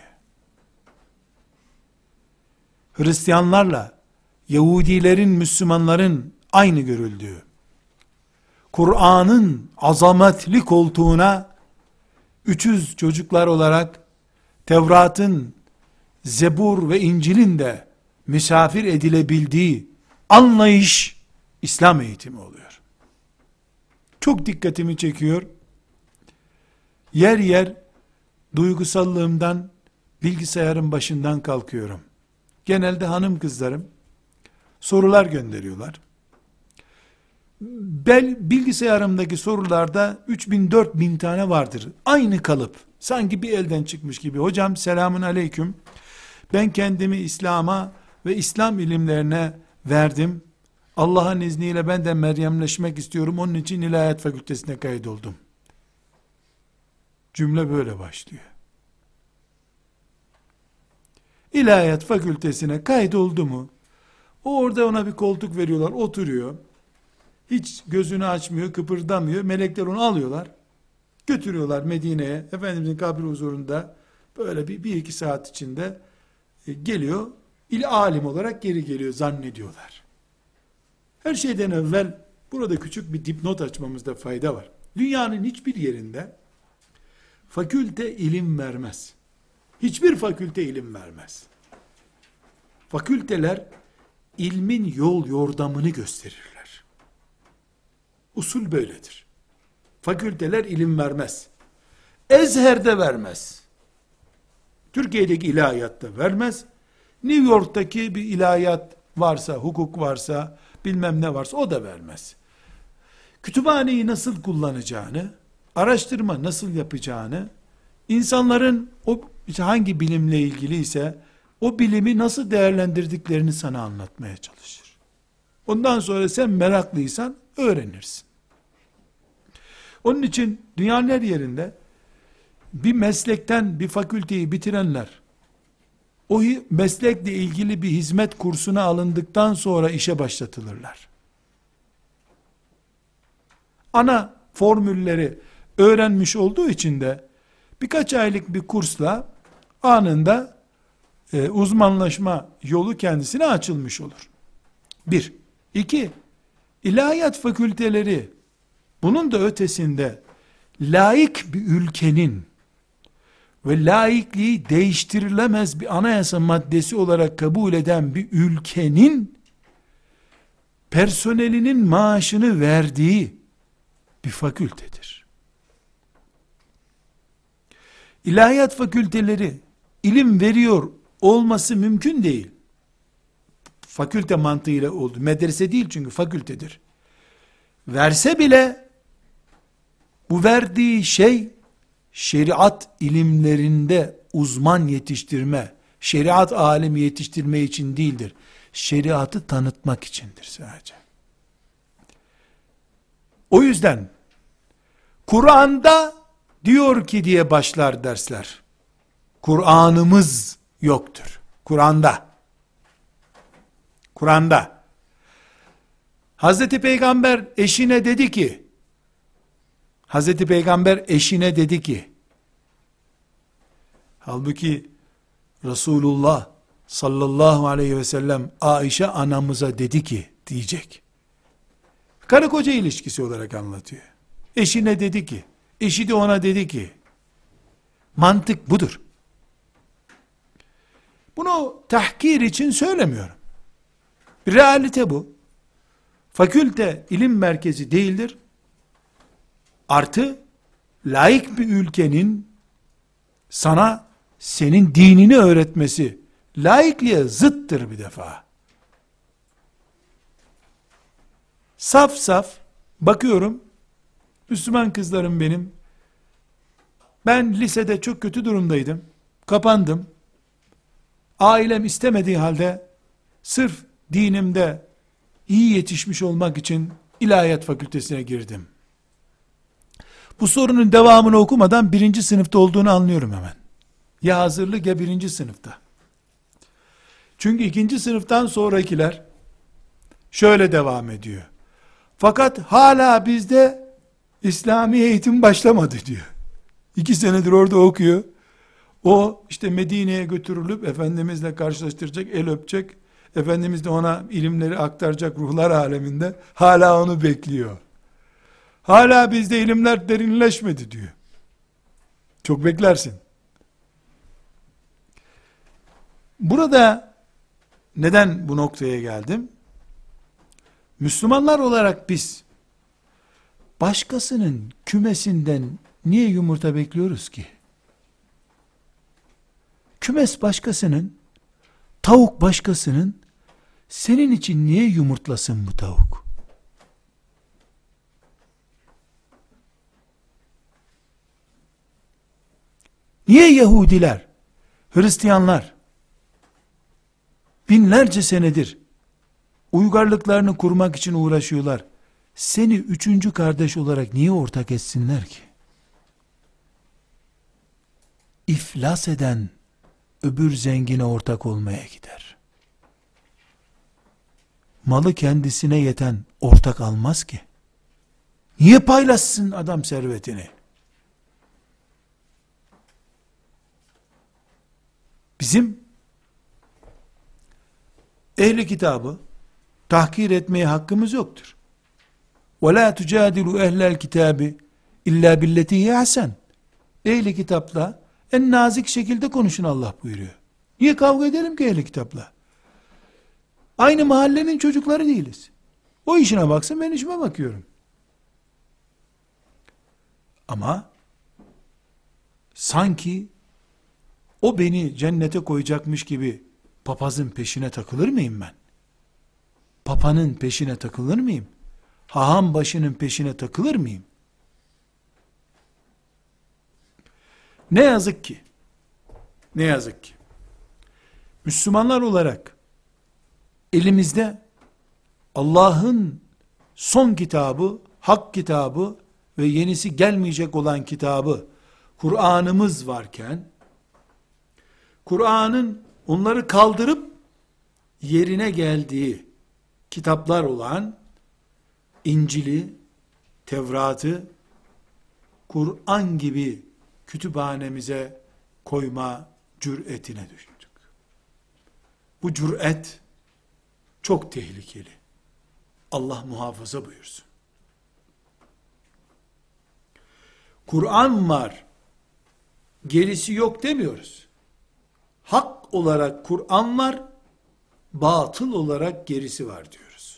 Hristiyanlarla Yahudilerin, Müslümanların aynı görüldüğü, Kur'an'ın azametli koltuğuna üçüz çocuklar olarak Tevrat'ın, Zebur ve İncil'in de misafir edilebildiği anlayış İslam eğitimi oluyor. Çok dikkatimi çekiyor. Yer yer duygusallığımdan bilgisayarın başından kalkıyorum. Genelde hanım kızlarım sorular gönderiyorlar. Bel, bilgisayarımdaki sorularda üç bin dört bin tane vardır. Aynı kalıp. Sanki bir elden çıkmış gibi. Hocam selamun aleyküm. Ben kendimi İslam'a ve İslam ilimlerine verdim. Allah'ın izniyle ben de Meryemleşmek istiyorum. Onun için İlahiyat Fakültesine kaydoldum. Cümle böyle başlıyor. İlahiyat Fakültesine kaydoldu mu? Orada ona bir koltuk veriyorlar, oturuyor. Hiç gözünü açmıyor, kıpırdamıyor. Melekler onu alıyorlar. Götürüyorlar Medine'ye. Efendimizin kabri huzurunda böyle bir, bir iki saat içinde e, geliyor. İl alim olarak geri geliyor zannediyorlar. Her şeyden evvel burada küçük bir dipnot açmamızda fayda var. Dünyanın hiçbir yerinde fakülte ilim vermez. Hiçbir fakülte ilim vermez. Fakülteler ilmin yol yordamını gösterirler. Usul böyledir. Fakülteler ilim vermez. Ezher'de vermez. Türkiye'deki ilahiyatta vermez. New York'taki bir ilahiyat varsa, hukuk varsa, bilmem ne varsa o da vermez. Kütüphaneyi nasıl kullanacağını, araştırma nasıl yapacağını, insanların o hangi bilimle ilgili ise o bilimi nasıl değerlendirdiklerini sana anlatmaya çalışır. Ondan sonra sen meraklıysan öğrenirsin. Onun için dünyanın her yerinde bir meslekten bir fakülteyi bitirenler, o meslekle ilgili bir hizmet kursuna alındıktan sonra işe başlatılırlar. Ana formülleri öğrenmiş olduğu için de birkaç aylık bir kursla anında e, uzmanlaşma yolu kendisine açılmış olur. Bir. İki. İlahiyat fakülteleri bunun da ötesinde laik bir ülkenin ve laikliği değiştirilemez bir anayasa maddesi olarak kabul eden bir ülkenin personelinin maaşını verdiği bir fakültedir. İlahiyat fakülteleri ilim veriyor olması mümkün değil. Fakülte mantığıyla oldu. Medrese değil çünkü fakültedir. Verse bile bu verdiği şey şeriat ilimlerinde uzman yetiştirme, şeriat alimi yetiştirme için değildir. Şeriatı tanıtmak içindir sadece. O yüzden Kur'an'da diyor ki diye başlar dersler. Kur'an'ımız yoktur. Kur'an'da. Kur'an'da. Hazreti Peygamber eşine dedi ki, Hazreti Peygamber eşine dedi ki, halbuki Resulullah sallallahu aleyhi ve sellem Aişe anamıza dedi ki diyecek. Karı koca ilişkisi olarak anlatıyor. Eşine dedi ki, eşi de ona dedi ki, mantık budur. Bunu tahkir için söylemiyorum. Realite bu. Fakülte ilim merkezi değildir. Artı, laik bir ülkenin sana senin dinini öğretmesi, laikliğe zıttır bir defa. Saf saf, bakıyorum, Müslüman kızlarım benim, ben lisede çok kötü durumdaydım, kapandım, ailem istemediği halde, sırf dinimde iyi yetişmiş olmak için ilahiyat fakültesine girdim. Bu sorunun devamını okumadan birinci sınıfta olduğunu anlıyorum hemen. Ya hazırlık ya birinci sınıfta. Çünkü ikinci sınıftan sonrakiler şöyle devam ediyor. Fakat hala bizde İslami eğitim başlamadı diyor. İki senedir orada okuyor. O işte Medine'ye götürülüp Efendimizle karşılaştıracak, el öpecek. Efendimiz de ona ilimleri aktaracak ruhlar aleminde. Hala onu bekliyor. Hala bizde ilimler derinleşmedi diyor. Çok beklersin. Burada neden bu noktaya geldim? Müslümanlar olarak biz başkasının kümesinden niye yumurta bekliyoruz ki? Kümes başkasının, tavuk başkasının, senin için niye yumurtlasın bu tavuk? Niye Yahudiler, Hristiyanlar binlerce senedir uygarlıklarını kurmak için uğraşıyorlar? Seni üçüncü kardeş olarak niye ortak etsinler ki? İflas eden öbür zengine ortak olmaya gider. Malı kendisine yeten ortak almaz ki. Niye paylaşsın adam servetini? Bizim ehli kitabı tahkir etmeye hakkımız yoktur. وَلَا تُجَادِلُوا اَهْلَ الْكِتَابِ اِلَّا بِالَّتِي هِيَ اَحْسَنُ. Ehli kitapla en nazik şekilde konuşun Allah buyuruyor. Niye kavga edelim ki ehli kitapla? Aynı mahallenin çocukları değiliz. O işine baksın, ben işime bakıyorum. Ama sanki o beni cennete koyacakmış gibi papazın peşine takılır mıyım ben? Papanın peşine takılır mıyım? Haham başının peşine takılır mıyım? Ne yazık ki, ne yazık ki, Müslümanlar olarak elimizde Allah'ın son kitabı, hak kitabı ve yenisi gelmeyecek olan kitabı, Kur'an'ımız varken, Kur'an'ın onları kaldırıp yerine geldiği kitaplar olan İncil'i, Tevrat'ı, Kur'an gibi kütüphanemize koyma cüretine düştük. Bu cüret çok tehlikeli. Allah muhafaza buyursun. Kur'an var, gerisi yok demiyoruz. Hak olarak Kur'an var, batıl olarak gerisi var diyoruz.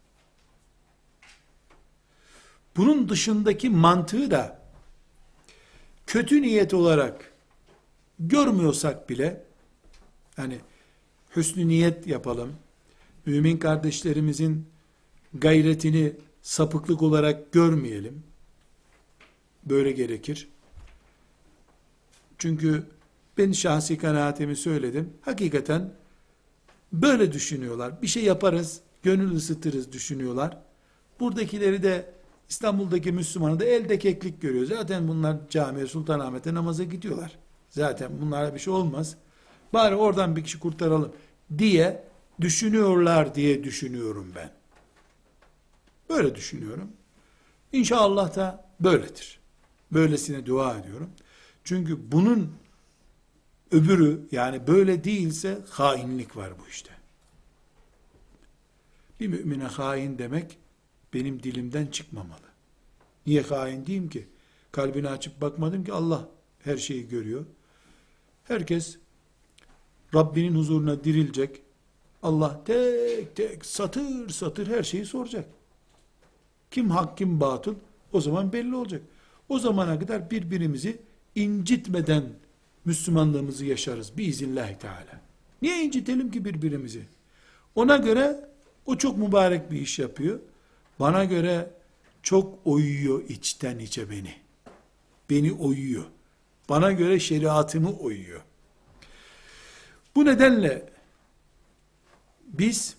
Bunun dışındaki mantığı da kötü niyet olarak görmüyorsak bile, hani hüsnü niyet yapalım, mümin kardeşlerimizin gayretini sapıklık olarak görmeyelim, böyle gerekir. Çünkü ben şahsi kanaatimi söyledim, hakikaten böyle düşünüyorlar, bir şey yaparız, gönül ısıtırız düşünüyorlar. Buradakileri de, İstanbul'daki Müslümanı da elde keklik görüyor. Zaten bunlar camiye, Sultanahmet'e namaza gidiyorlar. Zaten bunlara bir şey olmaz. Bari oradan bir kişi kurtaralım diye düşünüyorlar diye düşünüyorum ben. Böyle düşünüyorum. İnşallah da böyledir. Böylesine dua ediyorum. Çünkü bunun öbürü, yani böyle değilse hainlik var bu işte. Bir mümine hain demek benim dilimden çıkmamalı. Niye hain diyeyim ki? Kalbini açıp bakmadım ki, Allah her şeyi görüyor. Herkes Rabbinin huzuruna dirilecek. Allah tek tek, satır satır her şeyi soracak. Kim hak, kim batıl? O zaman belli olacak. O zamana kadar birbirimizi incitmeden Müslümanlığımızı yaşarız biiznillahü teala. Niye incitelim ki birbirimizi? Ona göre o çok mübarek bir iş yapıyor. Bana göre çok oyuyor içten içe beni. Beni oyuyor. Bana göre şeriatımı oyuyor. Bu nedenle biz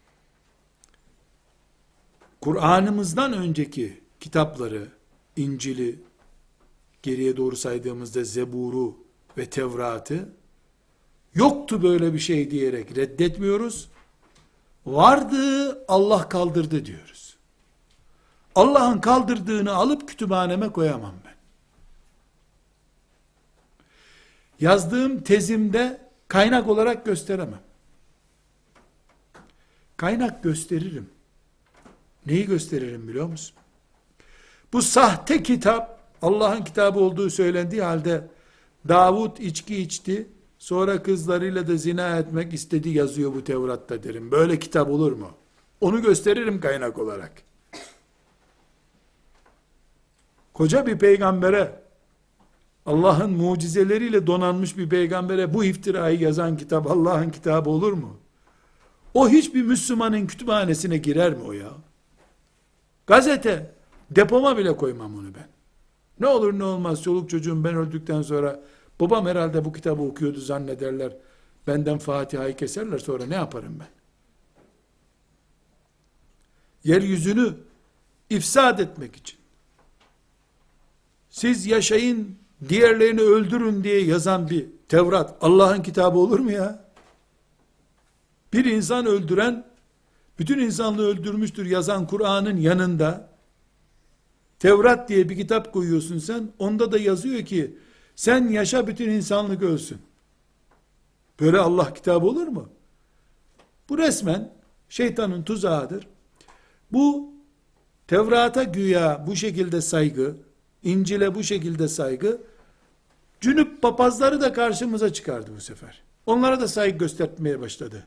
Kur'an'ımızdan önceki kitapları, İncil'i, geriye doğru saydığımızda Zebur'u ve Tevrat'ı yoktu böyle bir şey diyerek reddetmiyoruz. Vardı, Allah kaldırdı diyoruz. Allah'ın kaldırdığını alıp kütüphaneme koyamam ben. Yazdığım tezimde kaynak olarak gösteremem. Kaynak gösteririm. Neyi gösteririm biliyor musun? Bu sahte kitap, Allah'ın kitabı olduğu söylendiği halde, Davut içki içti, sonra kızlarıyla da zina etmek istedi yazıyor bu Tevrat'ta derim. Böyle kitap olur mu? Onu gösteririm kaynak olarak. Koca bir peygambere, Allah'ın mucizeleriyle donanmış bir peygambere bu iftirayı yazan kitap Allah'ın kitabı olur mu? O hiçbir Müslümanın kütüphanesine girer mi o ya? Gazete, depoma bile koymam onu ben. Ne olur ne olmaz, çoluk çocuğum ben öldükten sonra babam herhalde bu kitabı okuyordu zannederler. Benden Fatiha'yı keserler, sonra ne yaparım ben? Yeryüzünü ifsad etmek için, siz yaşayın, diğerlerini öldürün diye yazan bir Tevrat Allah'ın kitabı olur mu ya? Bir insan öldüren, bütün insanlığı öldürmüştür yazan Kur'an'ın yanında, Tevrat diye bir kitap koyuyorsun sen, onda da yazıyor ki, sen yaşa bütün insanlık ölsün. Böyle Allah kitabı olur mu? Bu resmen şeytanın tuzağıdır. Bu Tevrat'a güya bu şekilde saygı, İncil'e bu şekilde saygı, Cünüp papazları da karşımıza çıkardı bu sefer. Onlara da saygı göstermeye başladı.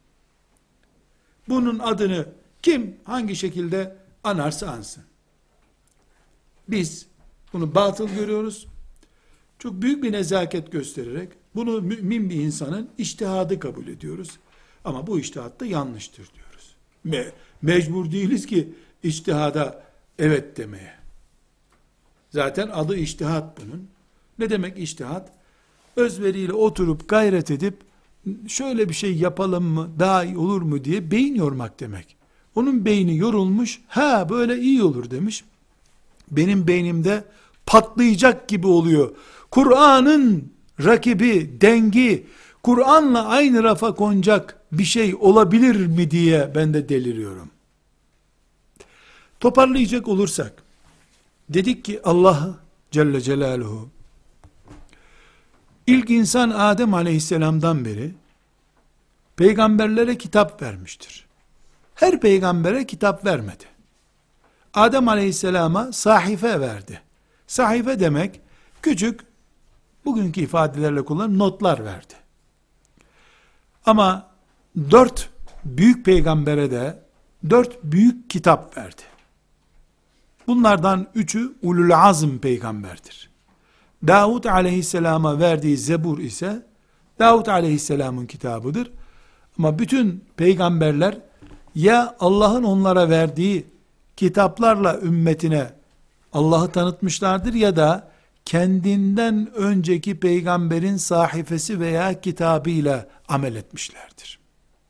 Bunun adını kim hangi şekilde anarsa ansın. Biz bunu batıl görüyoruz. Çok büyük bir nezaket göstererek bunu mümin bir insanın içtihadı kabul ediyoruz. Ama bu içtihat da yanlıştır diyoruz. Me- mecbur değiliz ki içtihada evet demeye. Zaten adı içtihat bunun. Ne demek içtihat? Özveriyle oturup gayret edip şöyle bir şey yapalım mı, daha iyi olur mu diye beyin yormak demek. Onun beyni yorulmuş, ha böyle iyi olur demiş. Benim beynimde patlayacak gibi oluyor. Kur'an'ın rakibi, dengi, Kur'an'la aynı rafa konacak bir şey olabilir mi diye ben de deliriyorum. Toparlayacak olursak, dedik ki Allah Celle Celaluhu, ilk insan Adem Aleyhisselam'dan beri, peygamberlere kitap vermiştir. Her peygambere kitap vermedi. Adem Aleyhisselam'a sahife verdi. Sahife demek, küçük, bugünkü ifadelerle kullanılan notlar verdi. Ama dört büyük peygambere de dört büyük kitap verdi. Bunlardan üçü ulul azm peygamberdir. Davud aleyhisselama verdiği Zebur ise Davud aleyhisselamın kitabıdır. Ama bütün peygamberler ya Allah'ın onlara verdiği kitaplarla ümmetine Allah'ı tanıtmışlardır ya da kendinden önceki peygamberin sahifesi veya kitabıyla amel etmişlerdir.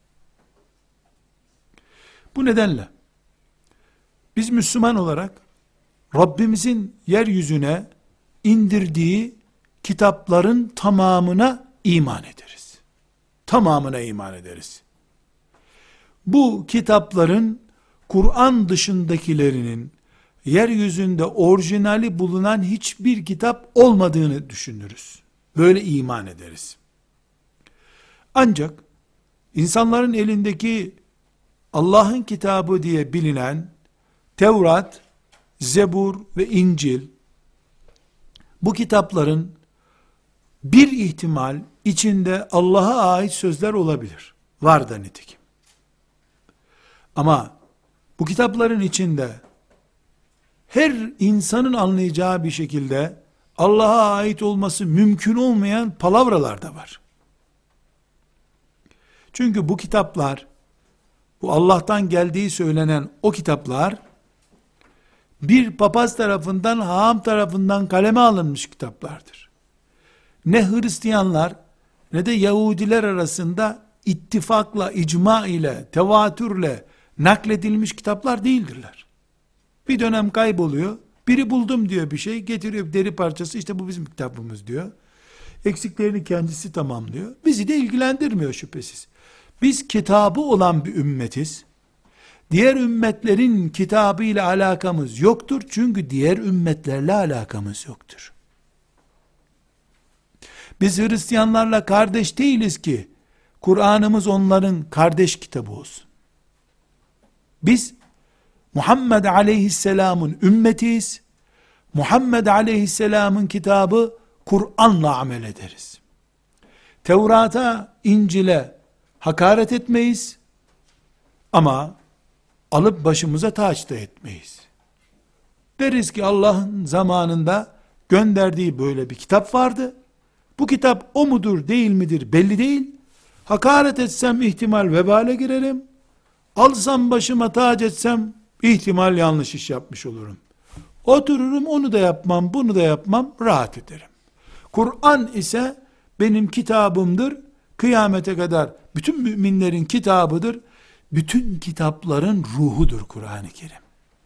Bu nedenle biz Müslüman olarak Rabbimizin yeryüzüne indirdiği kitapların tamamına iman ederiz. Tamamına iman ederiz. Bu kitapların Kur'an dışındakilerinin yeryüzünde orijinali bulunan hiçbir kitap olmadığını düşünürüz. Böyle iman ederiz. Ancak insanların elindeki Allah'ın kitabı diye bilinen Tevrat, Zebur ve İncil, bu kitapların bir ihtimal içinde Allah'a ait sözler olabilir. Var da nitekim. Ama bu kitapların içinde her insanın anlayacağı bir şekilde Allah'a ait olması mümkün olmayan palavralar da var. Çünkü bu kitaplar, bu Allah'tan geldiği söylenen o kitaplar, bir papaz tarafından, haham tarafından kaleme alınmış kitaplardır. Ne Hristiyanlar ne de Yahudiler arasında ittifakla, icma ile, tevatürle nakledilmiş kitaplar değildirler. Bir dönem kayboluyor, biri buldum diyor bir şey, getiriyor deri parçası, işte bu bizim kitabımız diyor. Eksiklerini kendisi tamamlıyor. Bizi de ilgilendirmiyor şüphesiz. Biz kitabı olan bir ümmetiz. Diğer ümmetlerin kitabı ile alakamız yoktur. Çünkü diğer ümmetlerle alakamız yoktur. Biz Hristiyanlarla kardeş değiliz ki Kur'an'ımız onların kardeş kitabı olsun. Biz Muhammed Aleyhisselam'ın ümmetiyiz. Muhammed Aleyhisselam'ın kitabı Kur'an'la amel ederiz. Tevrat'a, İncil'e hakaret etmeyiz ama alıp başımıza taç da etmeyiz. Deriz ki Allah'ın zamanında gönderdiği böyle bir kitap vardı. Bu kitap o mudur değil midir belli değil. Hakaret etsem ihtimal vebale girerim. Alsam başıma tac etsem ihtimal yanlış iş yapmış olurum. Otururum, onu da yapmam, bunu da yapmam, rahat ederim. Kur'an ise benim kitabımdır. Kıyamete kadar bütün müminlerin kitabıdır. Bütün kitapların ruhudur Kur'an-ı Kerim.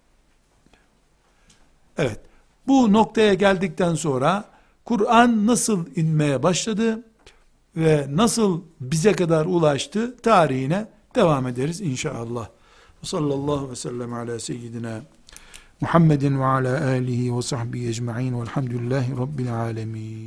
Evet, bu noktaya geldikten sonra Kur'an nasıl inmeye başladı ve nasıl bize kadar ulaştı tarihine devam ederiz inşallah. Sallallahu aleyhi ve sellem ala seyyidina Muhammedin ve ala alihi ve sahbihi ecma'in velhamdülillahi rabbil alemin.